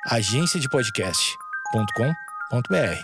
agenciadepodcast.com.br.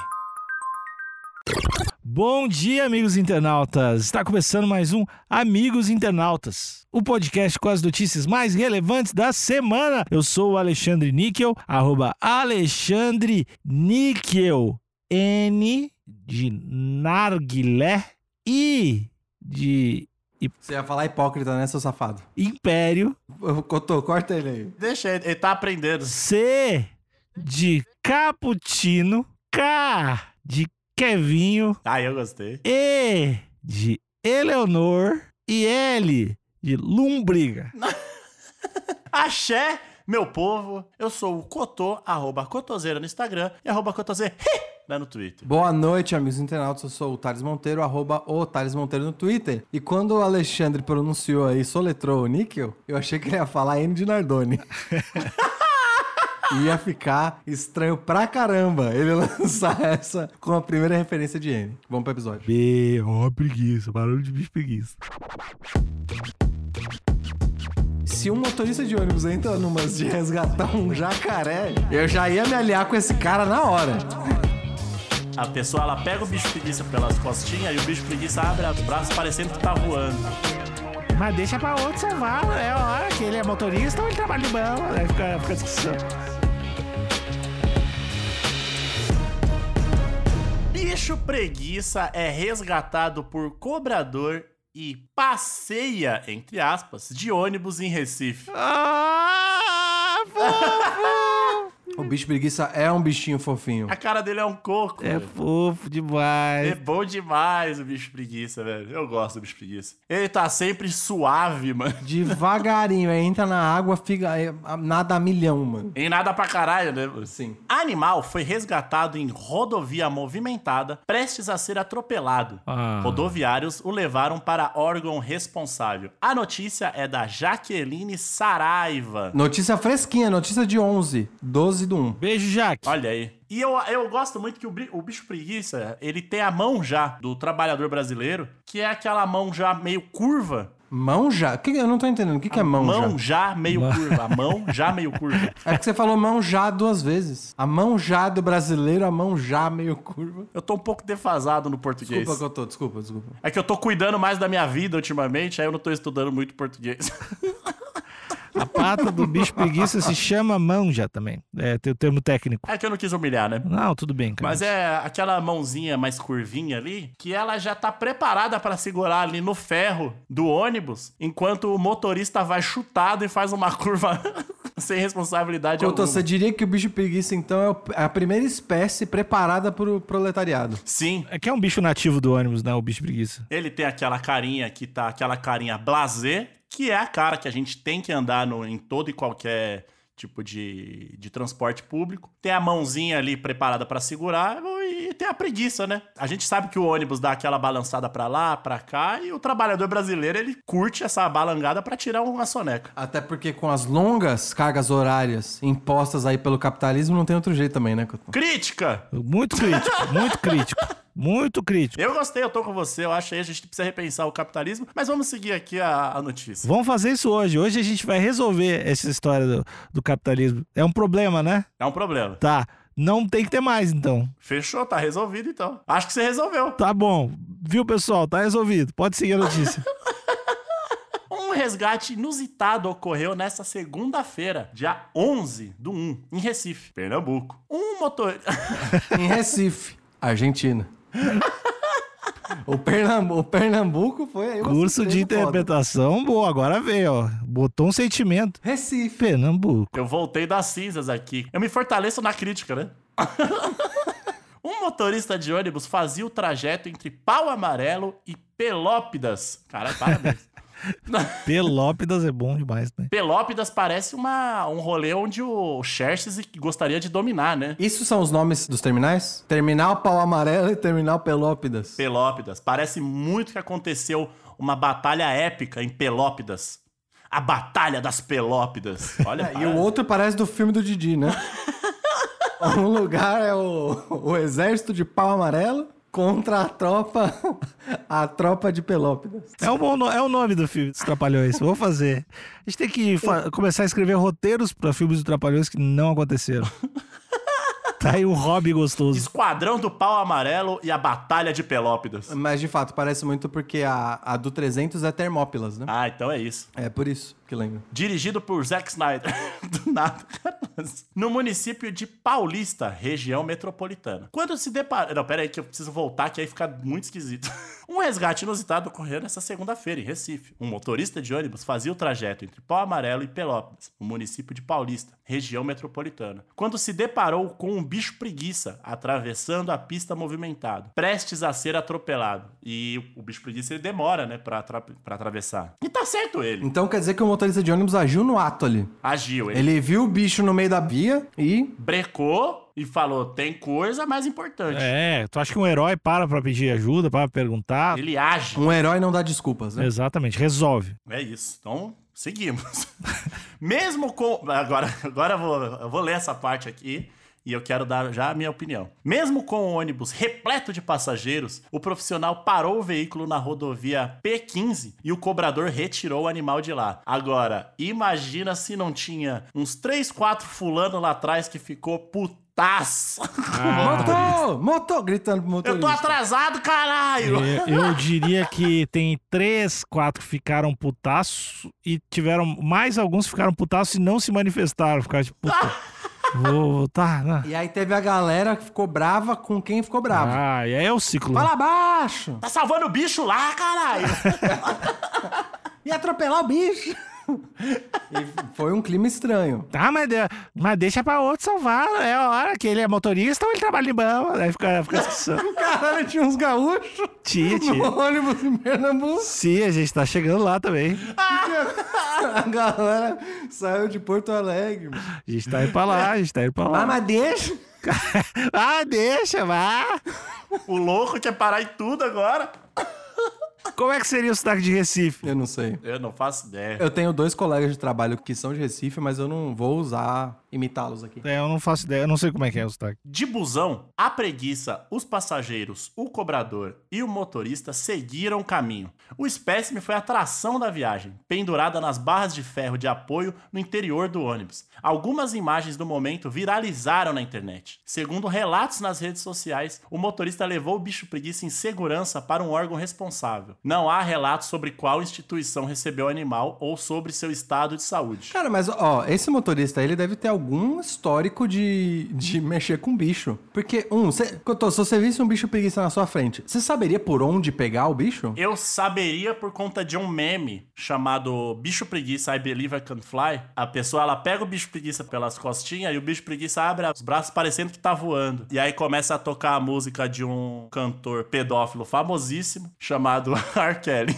Bom dia, amigos internautas! Está começando mais um Amigos Internautas, o podcast com as notícias mais relevantes da semana. Eu sou o Alexandre Níquel, @Alexandre Níquel, N de narguilé, I de... Você ia falar hipócrita, né, seu safado? Império. Corta ele aí. Deixa ele tá aprendendo. C de cappuccino, K de Kevinho, Ah, eu gostei. E de Eleonor e L de Lombriga. Axé, meu povo. Eu sou o Cotô, @Cotoseira no Instagram e @Cotoseira no Twitter. Boa noite, amigos internautas. Eu sou o Thales Monteiro, @o Thales Monteiro no Twitter. E quando o Alexandre pronunciou aí, soletrou o níquel, eu achei que ele ia falar N de Nardoni. Ia ficar estranho pra caramba ele lançar essa com a primeira referência de N. Vamos pro episódio. Preguiça, barulho de bicho preguiça. Se um motorista de ônibus entra numas de resgatar um jacaré, eu já ia me aliar com esse cara na hora. A pessoa, ela pega o bicho preguiça pelas costinhas e o bicho preguiça abre os braços parecendo que tá voando. Mas deixa pra outro salvar, é a hora que ele é motorista ou ele trabalha de mão, aí fica discussão. Bicho preguiça é resgatado por cobrador e passeia, entre aspas, de ônibus em Recife. O bicho preguiça é um bichinho fofinho. A cara dele é um coco. É fofo demais. É bom demais o bicho preguiça, velho. Eu gosto do bicho preguiça. Ele tá sempre suave, mano. Devagarinho, aí entra na água, fica nada a milhão, mano. E nada pra caralho, né? Sim. Animal foi resgatado em rodovia movimentada, prestes a ser atropelado. Rodoviários o levaram para órgão responsável. A notícia é da Jaqueline Saraiva. Notícia fresquinha, notícia de 12 do 1. Beijo, Jaque. Olha aí. E eu gosto muito que o bicho preguiça, ele tem a mão já do trabalhador brasileiro, que é aquela mão já meio curva. Mão já? Eu não tô entendendo. O que é mão já? Mão já meio curva. A mão já meio curva. É que você falou mão já 2 vezes. A mão já do brasileiro, a mão já meio curva. Eu tô um pouco defasado no português. Desculpa. É que eu tô cuidando mais da minha vida ultimamente, aí eu não tô estudando muito português. A pata do bicho preguiça se chama manja também. Tem o termo técnico. É que eu não quis humilhar, né? Não, tudo bem, cara. Mas é aquela mãozinha mais curvinha ali, que ela já tá preparada pra segurar ali no ferro do ônibus, enquanto o motorista vai chutado e faz uma curva sem responsabilidade alguma. Você diria que o bicho preguiça, então, é a primeira espécie preparada pro proletariado. Sim. É que é um bicho nativo do ônibus, né? O bicho preguiça. Ele tem aquela carinha que tá, aquela carinha blasé, que é a cara que a gente tem que andar em todo e qualquer tipo de transporte público. Tem a mãozinha ali preparada pra segurar e tem a preguiça, né? A gente sabe que o ônibus dá aquela balançada pra lá, pra cá, e o trabalhador brasileiro, ele curte essa balangada pra tirar uma soneca. Até porque com as longas cargas horárias impostas aí pelo capitalismo, não tem outro jeito também, né? Crítica! Muito crítico, muito crítico. Muito crítico. Eu gostei, eu tô com você. Eu acho aí a gente precisa repensar o capitalismo. Mas vamos seguir aqui a notícia. Vamos fazer isso hoje. Hoje a gente vai resolver essa história do capitalismo. É um problema, né? É um problema. Tá. Não tem que ter mais, então. Fechou, tá resolvido então. Acho que você resolveu. Tá bom. Viu, pessoal? Tá resolvido. Pode seguir a notícia. Um resgate inusitado ocorreu nesta segunda-feira, dia 11 do 1, em Recife, Pernambuco. Um motor... Em Recife, Argentina. O Pernambuco foi aí. Curso de interpretação, boa. Agora veio, ó. Botou um sentimento. Recife. Pernambuco. Eu voltei das cinzas aqui. Eu me fortaleço na crítica, né? Um motorista de ônibus fazia o trajeto entre Pau Amarelo e Pelópidas. Cara, parabéns. Pelópidas é bom demais, né? Pelópidas parece um rolê onde o Xerxes gostaria de dominar, né? Isso são os nomes dos terminais? Terminal Pau Amarelo e Terminal Pelópidas. Pelópidas. Parece muito que aconteceu uma batalha épica em Pelópidas. A Batalha das Pelópidas. Olha, e o outro parece do filme do Didi, né? Um lugar é o exército de Pau Amarelo contra a tropa de Pelópidas. É o nome do filme dos Trapalhões. Vou fazer. A gente tem que começar a escrever roteiros para filmes dos Trapalhões que não aconteceram. Tá aí o hobby gostoso. Esquadrão do Pau Amarelo e a Batalha de Pelópidas. Mas, de fato, parece muito porque a do 300 é Termópilas, né? Ah, então é isso. É por isso que lembro. Dirigido por Zack Snyder. Do nada. No município de Paulista, região metropolitana. Quando se depara... Não, pera aí que eu preciso voltar, que aí fica muito esquisito. Um resgate inusitado ocorreu nessa segunda-feira, em Recife. Um motorista de ônibus fazia o trajeto entre Pau Amarelo e Pelópidas, no município de Paulista, região metropolitana, quando se deparou com um bicho preguiça atravessando a pista movimentada, prestes a ser atropelado. E o bicho preguiça, ele demora, né, pra atravessar. E tá certo ele. Então quer dizer que o motorista de ônibus agiu no ato ali. Agiu. Ele viu o bicho no meio da via e... brecou e falou, tem coisa mais importante. Tu acha que um herói para pra pedir ajuda, para perguntar? Ele age. Um herói não dá desculpas, né? Exatamente, resolve. É isso. Então, seguimos. Mesmo com... Agora eu vou ler essa parte aqui e eu quero dar já a minha opinião. Mesmo com o ônibus repleto de passageiros, o profissional parou o veículo na rodovia P15 e o cobrador retirou o animal de lá. Agora, imagina se não tinha uns 3, 4 fulano lá atrás que ficou putaço. Motor! Gritando pro motorista. Eu tô atrasado, caralho! Eu diria que tem 3, 4 que ficaram putaço e tiveram... Mais alguns ficaram putaço e não se manifestaram. Ficaram tipo, puta... Tá, né? E aí teve a galera que ficou brava com quem ficou bravo. Ah, e aí é o ciclo. Fala baixo! Tá salvando o bicho lá, caralho! Ia atropelar o bicho! E foi um clima estranho. Tá, mas deixa pra outro salvar. É a hora que ele é motorista ou ele trabalha em banco. Aí fica discussão. Caralho, tinha uns gaúchos Tinha. no ônibus em Pernambuco. Sim, a gente tá chegando lá também. A galera saiu de Porto Alegre. A gente tá indo pra lá, Mas deixa. Deixa, vá. O louco quer parar em tudo agora. Como é que seria o sotaque de Recife? Eu não sei. Eu não faço ideia. Eu tenho 2 colegas de trabalho que são de Recife, mas eu não vou usar imitá-los aqui. Eu não faço ideia, eu não sei como é que é o sotaque. De busão, a preguiça, os passageiros, o cobrador e o motorista seguiram o caminho. O espécime foi a atração da viagem, pendurada nas barras de ferro de apoio no interior do ônibus. Algumas imagens do momento viralizaram na internet. Segundo relatos nas redes sociais, o motorista levou o bicho preguiça em segurança para um órgão responsável. Não há relatos sobre qual instituição recebeu o animal ou sobre seu estado de saúde. Cara, mas esse motorista, ele deve ter algum histórico de mexer com bicho. Porque, se você visse um bicho preguiça na sua frente, você saberia por onde pegar o bicho? Eu saberia por conta de um meme chamado Bicho Preguiça, I Believe I Can Fly. A pessoa, ela pega o bicho preguiça pelas costinhas e o bicho preguiça abre os braços parecendo que tá voando. E aí começa a tocar a música de um cantor pedófilo famosíssimo chamado R. Kelly.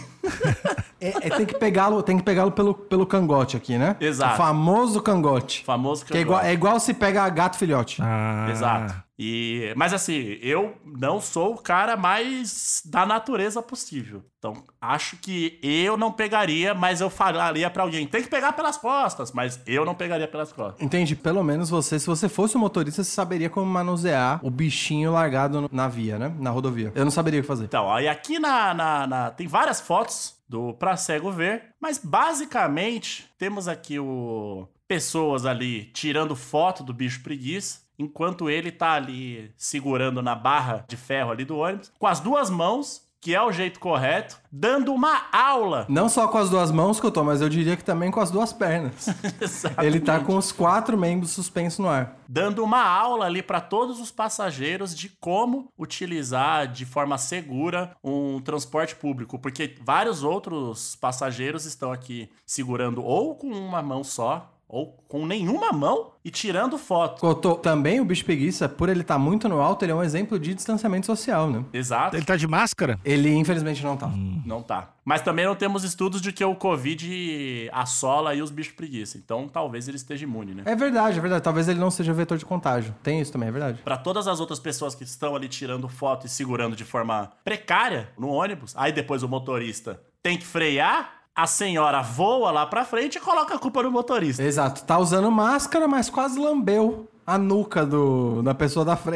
Tem que pegá-lo pelo cangote aqui, né? Exato. O famoso cangote. Famoso Que é igual se pega gato filhote. Exato. Mas assim, eu não sou o cara mais da natureza possível. Então, acho que eu não pegaria, mas eu falaria pra alguém, tem que pegar pelas costas, mas eu não pegaria pelas costas. Entendi. Pelo menos se você fosse um motorista, você saberia como manusear o bichinho largado na via, né? Na rodovia. Eu não saberia o que fazer. Então, aí aqui tem várias fotos do Pra Cego Ver, mas basicamente temos aqui pessoas ali tirando foto do bicho preguiça, enquanto ele tá ali segurando na barra de ferro ali do ônibus, com as 2 mãos, que é o jeito correto, dando uma aula. Não só com as 2 mãos, Cotô, mas eu diria que também com as 2 pernas. Ele tá com os 4 membros suspensos no ar. Dando uma aula ali para todos os passageiros de como utilizar de forma segura um transporte público, porque vários outros passageiros estão aqui segurando ou com uma mão só, ou com nenhuma mão e tirando foto. Cotô, também o bicho preguiça, por ele estar muito no alto, ele é um exemplo de distanciamento social, né? Exato. Ele tá de máscara? Ele, infelizmente, não tá. Não tá. Mas também não temos estudos de que o Covid assola aí os bichos preguiça. Então, talvez ele esteja imune, né? É verdade. Talvez ele não seja vetor de contágio. Tem isso também, é verdade. Para todas as outras pessoas que estão ali tirando foto e segurando de forma precária no ônibus, aí depois o motorista tem que frear, a senhora voa lá pra frente e coloca a culpa no motorista. Exato. Tá usando máscara, mas quase lambeu a nuca da pessoa da frente.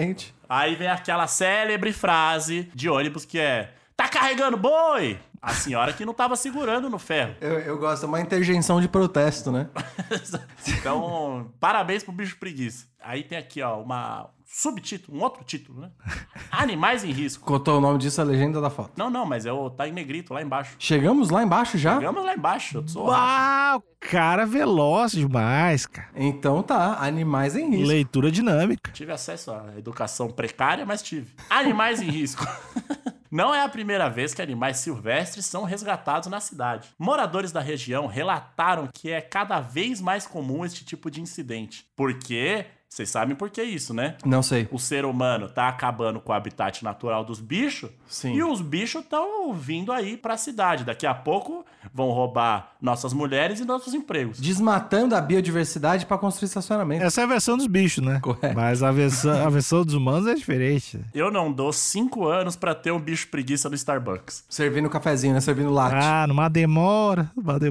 Aí vem aquela célebre frase de ônibus que é: tá carregando boi? A senhora que não tava segurando no ferro. Eu gosto, é uma interjeição de protesto, né? Então, parabéns pro bicho preguiça. Aí tem aqui, ó, um outro título, né? Animais em risco. Contou o nome disso, a legenda da foto. Não, mas tá em negrito lá embaixo. Chegamos lá embaixo já? Chegamos lá embaixo, eu sou Uau, cara veloz demais, cara. Então tá, animais em risco. Leitura dinâmica. Tive acesso à educação precária, mas tive. Animais em risco. Não é a primeira vez que animais silvestres são resgatados na cidade. Moradores da região relataram que é cada vez mais comum este tipo de incidente. Porque, vocês sabem por que isso, né? Não sei. O ser humano tá acabando com o habitat natural dos bichos. Sim. E os bichos estão vindo aí pra cidade. Daqui a pouco vão roubar nossas mulheres e nossos empregos. Desmatando a biodiversidade pra construir estacionamento. Essa é a versão dos bichos, né? Correto. Mas a versão dos humanos é diferente. Eu não dou 5 anos pra ter um bicho preguiça no Starbucks. Servindo cafezinho, né? Servindo latte. Ah, numa demora.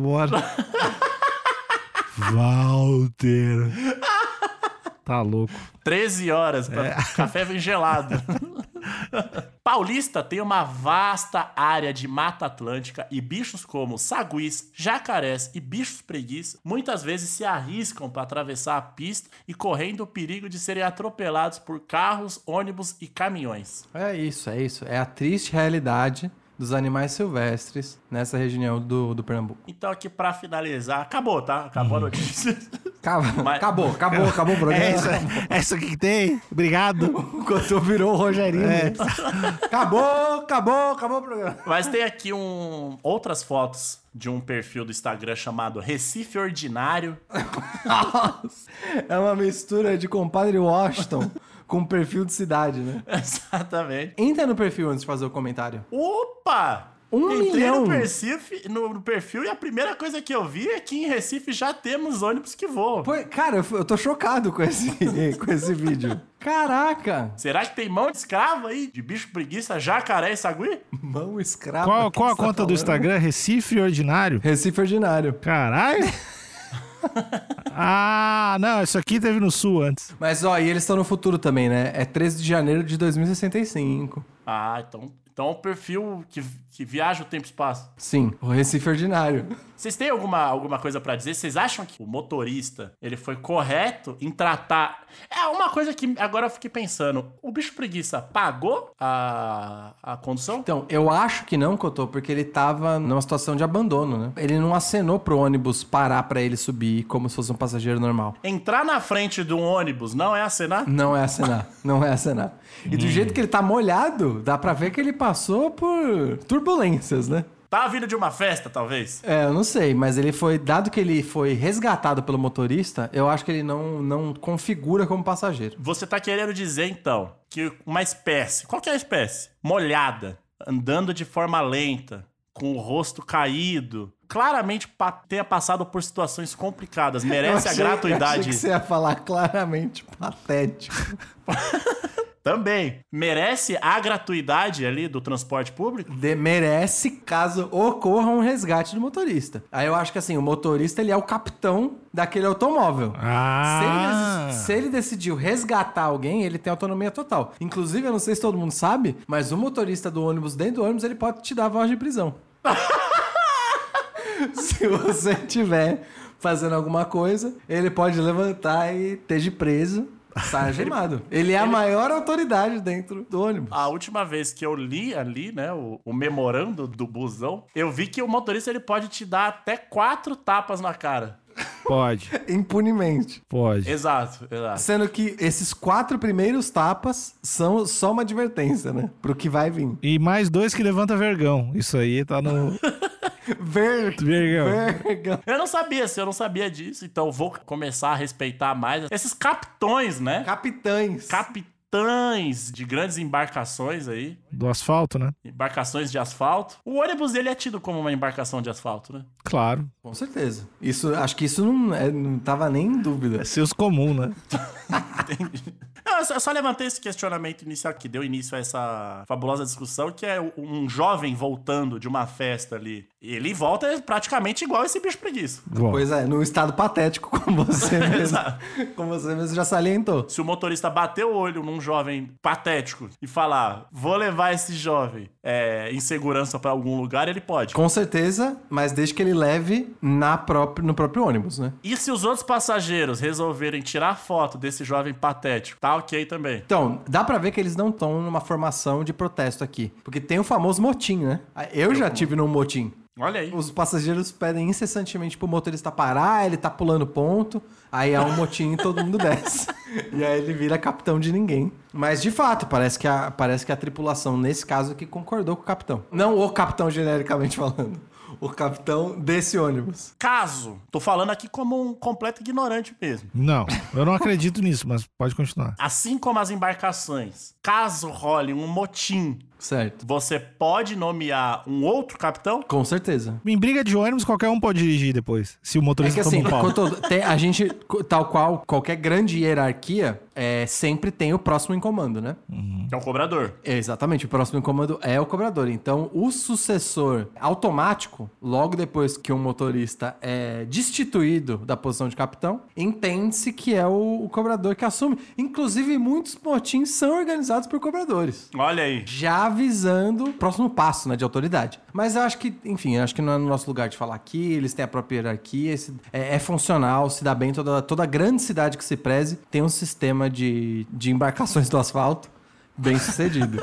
Walter. Tá louco. 13 horas, café vem gelado. Paulista tem uma vasta área de mata atlântica e bichos como saguis, jacarés e bichos preguiça muitas vezes se arriscam para atravessar a pista e correndo o perigo de serem atropelados por carros, ônibus e caminhões. É isso. É a triste realidade dos animais silvestres nessa região do Pernambuco. Então aqui pra finalizar, acabou, tá? Acabou a notícia. Acabou o programa. É isso aqui que tem. Obrigado. O Cotô virou o Rogerinho. É. Acabou o programa. Mas tem aqui outras fotos de um perfil do Instagram chamado Recife Ordinário. Nossa, é uma mistura de compadre Washington com perfil de cidade, né? Exatamente. Entra no perfil antes de fazer o comentário. Opa! 1 Entrei milhão. no perfil e a primeira coisa que eu vi é que em Recife já temos ônibus que voam. Pô, cara, eu tô chocado com esse vídeo. Caraca! Será que tem mão de escravo aí? De bicho preguiça, jacaré e sagui? Mão escrava. Qual a que você tá conta do falando? Instagram? Recife Ordinário? Recife Ordinário. Caralho. Ah, não, isso aqui teve no Sul antes. Mas, ó, e eles estão no futuro também, né? É 13 de janeiro de 2065. Ah, então o perfil que viaja o tempo e espaço. Sim, o Recife Ordinário. Vocês têm alguma coisa pra dizer? Vocês acham que o motorista, ele foi correto em tratar... É uma coisa que agora eu fiquei pensando. O bicho preguiça pagou a condução? Então, eu acho que não, Cotô, porque ele tava numa situação de abandono, né? Ele não acenou pro ônibus parar pra ele subir como se fosse um passageiro normal. Entrar na frente de um ônibus não é acenar? Não é acenar. E do jeito que ele tá molhado, dá pra ver que ele passou por turbulências, né? Tá vindo de uma festa, talvez? É, eu não sei, mas ele foi... Dado que ele foi resgatado pelo motorista, eu acho que ele não configura como passageiro. Você tá querendo dizer, então, que uma espécie, qualquer espécie, molhada, andando de forma lenta, com o rosto caído, claramente tenha passado por situações complicadas, merece a gratuidade... Eu achei que você ia falar claramente patético. Também. Merece a gratuidade ali do transporte público? Merece caso ocorra um resgate do motorista. Aí eu acho que assim, o motorista ele é o capitão daquele automóvel. Ah. Se ele decidiu resgatar alguém, ele tem autonomia total. Inclusive, eu não sei se todo mundo sabe, mas o motorista do ônibus, dentro do ônibus, ele pode te dar voz de prisão. Se você estiver fazendo alguma coisa, ele pode levantar e esteja preso. Sai algemado. Ele é a maior autoridade dentro do ônibus. A última vez que eu li ali, né, o memorando do busão, eu vi que o motorista ele pode te dar até 4 tapas na cara. Pode. Impunemente. Pode. Exato. Sendo que esses 4 primeiros tapas são só uma advertência, né? Pro que vai vir. E mais 2 que levanta vergão. Isso aí tá no... Vergão. Eu não sabia disso, então vou começar a respeitar mais esses capitões, né? Capitães de grandes embarcações aí. Do asfalto, né? Embarcações de asfalto. O ônibus, ele é tido como uma embarcação de asfalto, né? Claro. Com certeza. Acho que isso não tava nem em dúvida. É senso comum, né? Entendi. Não, eu só levantei esse questionamento inicial que deu início a essa fabulosa discussão, que é um jovem voltando de uma festa ali. Ele volta praticamente igual esse bicho preguiça. Bom, Pois é, num estado patético, como você mesmo, Exato. como você mesmo já salientou. Se o motorista bater o olho num jovem patético e falar, vou levar esse jovem em segurança pra algum lugar, ele pode. Com certeza, mas desde que ele leve no próprio ônibus, né? E se os outros passageiros resolverem tirar foto desse jovem patético, tá ok também. Então, dá pra ver que eles não estão numa formação de protesto aqui. Porque tem o famoso motim, né? Eu já tive num motim. Olha aí. Os passageiros pedem incessantemente pro motorista parar, ele tá pulando ponto, aí há um motim e todo mundo desce. E aí ele vira capitão de ninguém. Mas, de fato, parece que a tripulação, nesse caso aqui, concordou com o capitão. Não o capitão, genericamente falando. O capitão desse ônibus. Caso, tô falando aqui como um completo ignorante mesmo. não, eu não acredito nisso, mas pode continuar. Assim como as embarcações, caso role um motim, Certo. você pode nomear um outro capitão? Com certeza. Em briga de ônibus, qualquer um pode dirigir depois, se o É motorista que assim, toma um pau. a gente, tal qual qualquer grande hierarquia, sempre tem o próximo em comando, né? Que é o cobrador. Exatamente, o próximo em comando é o cobrador. Então, o sucessor automático, logo depois que um motorista é destituído da posição de capitão, entende-se que é o cobrador que assume. Inclusive, muitos motins são organizados por cobradores. Olha aí. Já avisando o próximo passo, né, de autoridade. Mas eu acho que, enfim, acho que não é no nosso lugar de falar aqui, eles têm a própria hierarquia, é funcional, se dá bem, toda grande cidade que se preze tem um sistema de embarcações do asfalto bem sucedido.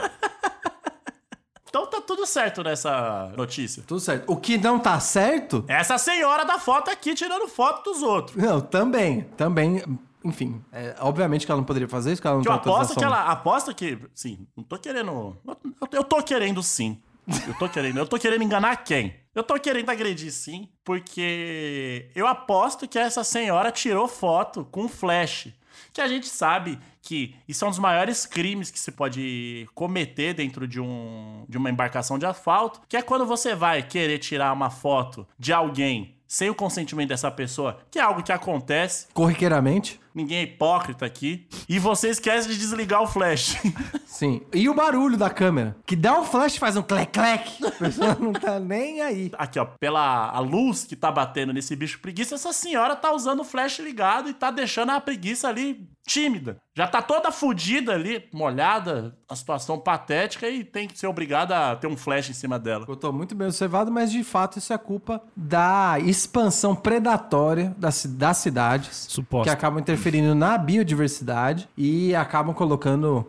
Então tá tudo certo nessa notícia. Tudo certo. O que não tá certo... Essa senhora da foto aqui tirando foto dos outros. Não, também, enfim, obviamente que ela não poderia fazer isso, que ela não Que eu tem aposto que autorização. ela aposta que, sim, não tô querendo. Eu tô querendo sim. Eu tô querendo enganar quem? Eu tô querendo agredir sim, porque eu aposto que essa senhora tirou foto com flash. Que a gente sabe que isso é um dos maiores crimes que se pode cometer dentro de uma embarcação de asfalto, que é quando você vai querer tirar uma foto de alguém sem o consentimento dessa pessoa, que é algo que acontece. Corriqueiramente. Ninguém é hipócrita aqui. E você esquece de desligar o flash. Sim. E o barulho da câmera, que dá um flash e faz um clec-clec. A pessoa não tá nem aí. Aqui, ó, a luz que tá batendo nesse bicho preguiça, essa senhora tá usando o flash ligado e tá deixando a preguiça ali tímida. Já tá toda fodida ali, molhada, a situação patética e tem que ser obrigada a ter um flash em cima dela. Eu tô muito bem observado, mas de fato isso é culpa da expansão predatória das cidades. Suposta. Que acabam interferindo na biodiversidade e acabam colocando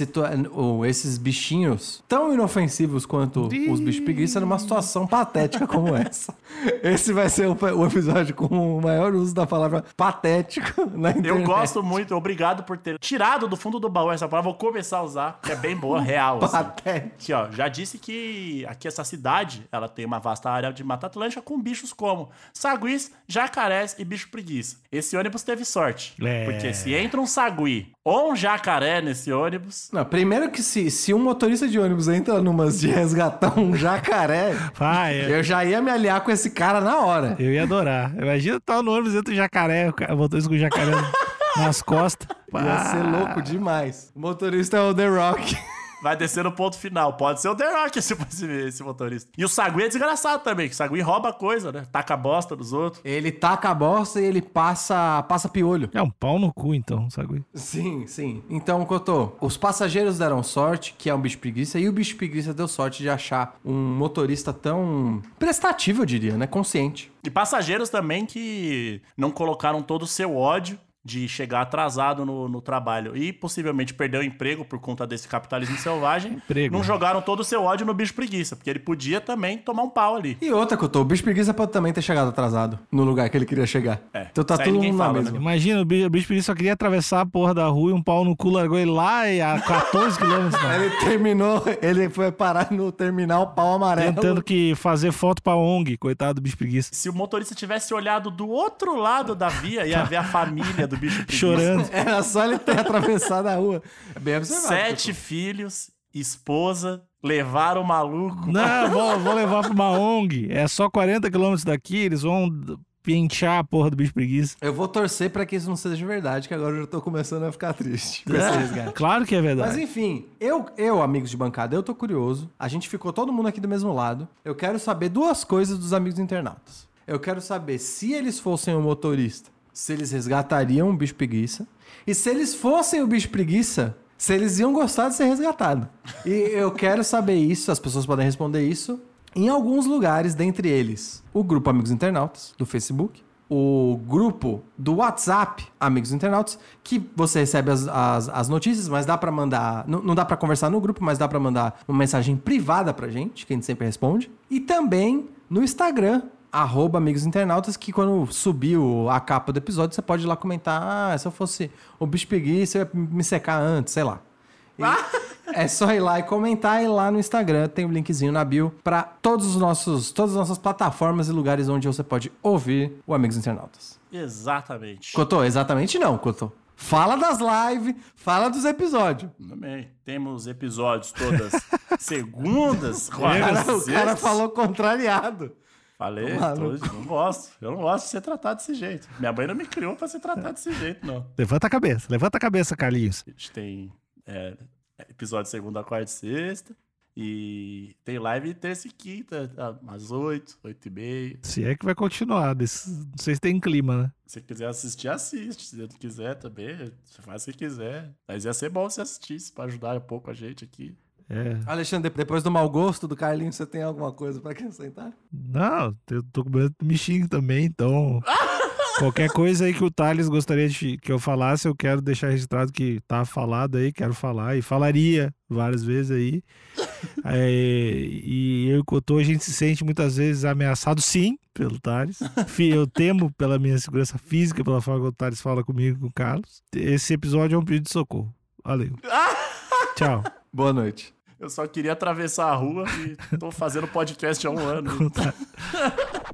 esses bichinhos tão inofensivos quanto os bichos preguiça numa situação patética como essa. Esse vai ser o episódio com o maior uso da palavra patético na internet. Eu gosto muito, obrigado por ter tirado do fundo do baú essa palavra, vou começar a usar, que é bem boa, real. Assim. Patético. Aqui, ó, já disse que aqui essa cidade, ela tem uma vasta área de Mata Atlântica com bichos como saguis, jacarés e bicho preguiça. Esse ônibus teve sorte, porque se entra um sagui ou um jacaré nesse ônibus... Não, primeiro que se um motorista de ônibus entra numas de resgatar um jacaré, eu já ia me aliar com esse cara na hora. Eu ia adorar. Imagina estar no ônibus dentro do jacaré, o motorista com o jacaré nas costas. Ia ser louco demais. O motorista é o The Rock. Vai descer no ponto final. Pode ser o The Rock esse motorista. E o sagui é desgraçado também, que o sagui rouba coisa, né? Taca a bosta dos outros. Ele taca a bosta e ele passa piolho. É um pau no cu, então, sabe? Sim, sim. Então, Cotô, os passageiros deram sorte, que é um bicho preguiça, e o bicho preguiça deu sorte de achar um motorista tão prestativo, eu diria, né? Consciente. E passageiros também que não colocaram todo o seu ódio de chegar atrasado no trabalho e possivelmente perder o emprego por conta desse capitalismo selvagem, não jogaram todo o seu ódio no bicho preguiça, porque ele podia também tomar um pau ali. E outra, Cotô, o bicho preguiça pode também ter chegado atrasado no lugar que ele queria chegar. Então tá tudo na mesma. Né? Imagina, o bicho preguiça só queria atravessar a porra da rua e um pau no cu largou ele lá e a 14 quilômetros. Ele foi parar no terminal pau amarelo. Tentando que fazer foto pra ONG, coitado do bicho preguiça. Se o motorista tivesse olhado do outro lado da via, ia ver a família do bicho preguiça. Chorando. Era só ele ter atravessado a rua. É bem observado. 7 filhos, esposa, levaram o maluco. Não, vou levar pra uma ONG. É só 40 quilômetros daqui, eles vão pentear a porra do bicho preguiça. Eu vou torcer pra que isso não seja verdade, que agora eu já tô começando a ficar triste com esse resgate. Claro que é verdade. Mas enfim, eu, amigos de bancada, eu tô curioso. A gente ficou todo mundo aqui do mesmo lado. Eu quero saber duas coisas dos amigos internautas. Eu quero saber se eles fossem o motorista, se eles resgatariam o bicho preguiça. E se eles fossem o bicho preguiça, se eles iam gostar de ser resgatado. E eu quero saber isso, as pessoas podem responder isso, em alguns lugares, dentre eles, o grupo Amigos Internautas, do Facebook, o grupo do WhatsApp, Amigos Internautas, que você recebe as notícias, mas dá pra mandar... Não dá pra conversar no grupo, mas dá pra mandar uma mensagem privada pra gente, que a gente sempre responde. E também no Instagram, @Amigos Internautas, que quando subiu a capa do episódio, você pode ir lá comentar, se eu fosse o bicho preguiça, eu ia me secar antes, sei lá. E é só ir lá e comentar, e lá no Instagram tem um linkzinho na bio para todas as nossas plataformas e lugares onde você pode ouvir o Amigos Internautas. Exatamente. Cotô, exatamente não, Cotô. Fala das lives, fala dos episódios. Também. Temos episódios todas segundas, O cara falou contrariado. Falei, não gosto. Eu não gosto de ser tratado desse jeito. Minha mãe não me criou pra ser tratado desse jeito, não. Levanta a cabeça, Carlinhos. A gente tem episódio segunda, quarta e sexta. E tem live terça e quinta, às 8, 8h30. Se é que vai continuar. Não sei se tem clima, né? Se você quiser assistir, assiste. Se não quiser também, você faz o que quiser. Mas ia ser bom se assistisse pra ajudar um pouco a gente aqui. Alexandre, depois do mau gosto do Carlinhos, você tem alguma coisa pra acrescentar? Não, eu tô com medo do bichinho também, então... Qualquer coisa aí que o Thales gostaria que eu falasse, eu quero deixar registrado que tá falado aí, quero falar, e falaria várias vezes aí. E eu e o Cotô, a gente se sente muitas vezes ameaçado, sim, pelo Thales. Eu temo pela minha segurança física, pela forma que o Thales fala comigo e com o Carlos. Esse episódio é um pedido de socorro. Valeu. Tchau. Boa noite. Eu só queria atravessar a rua e tô fazendo podcast há 1 ano.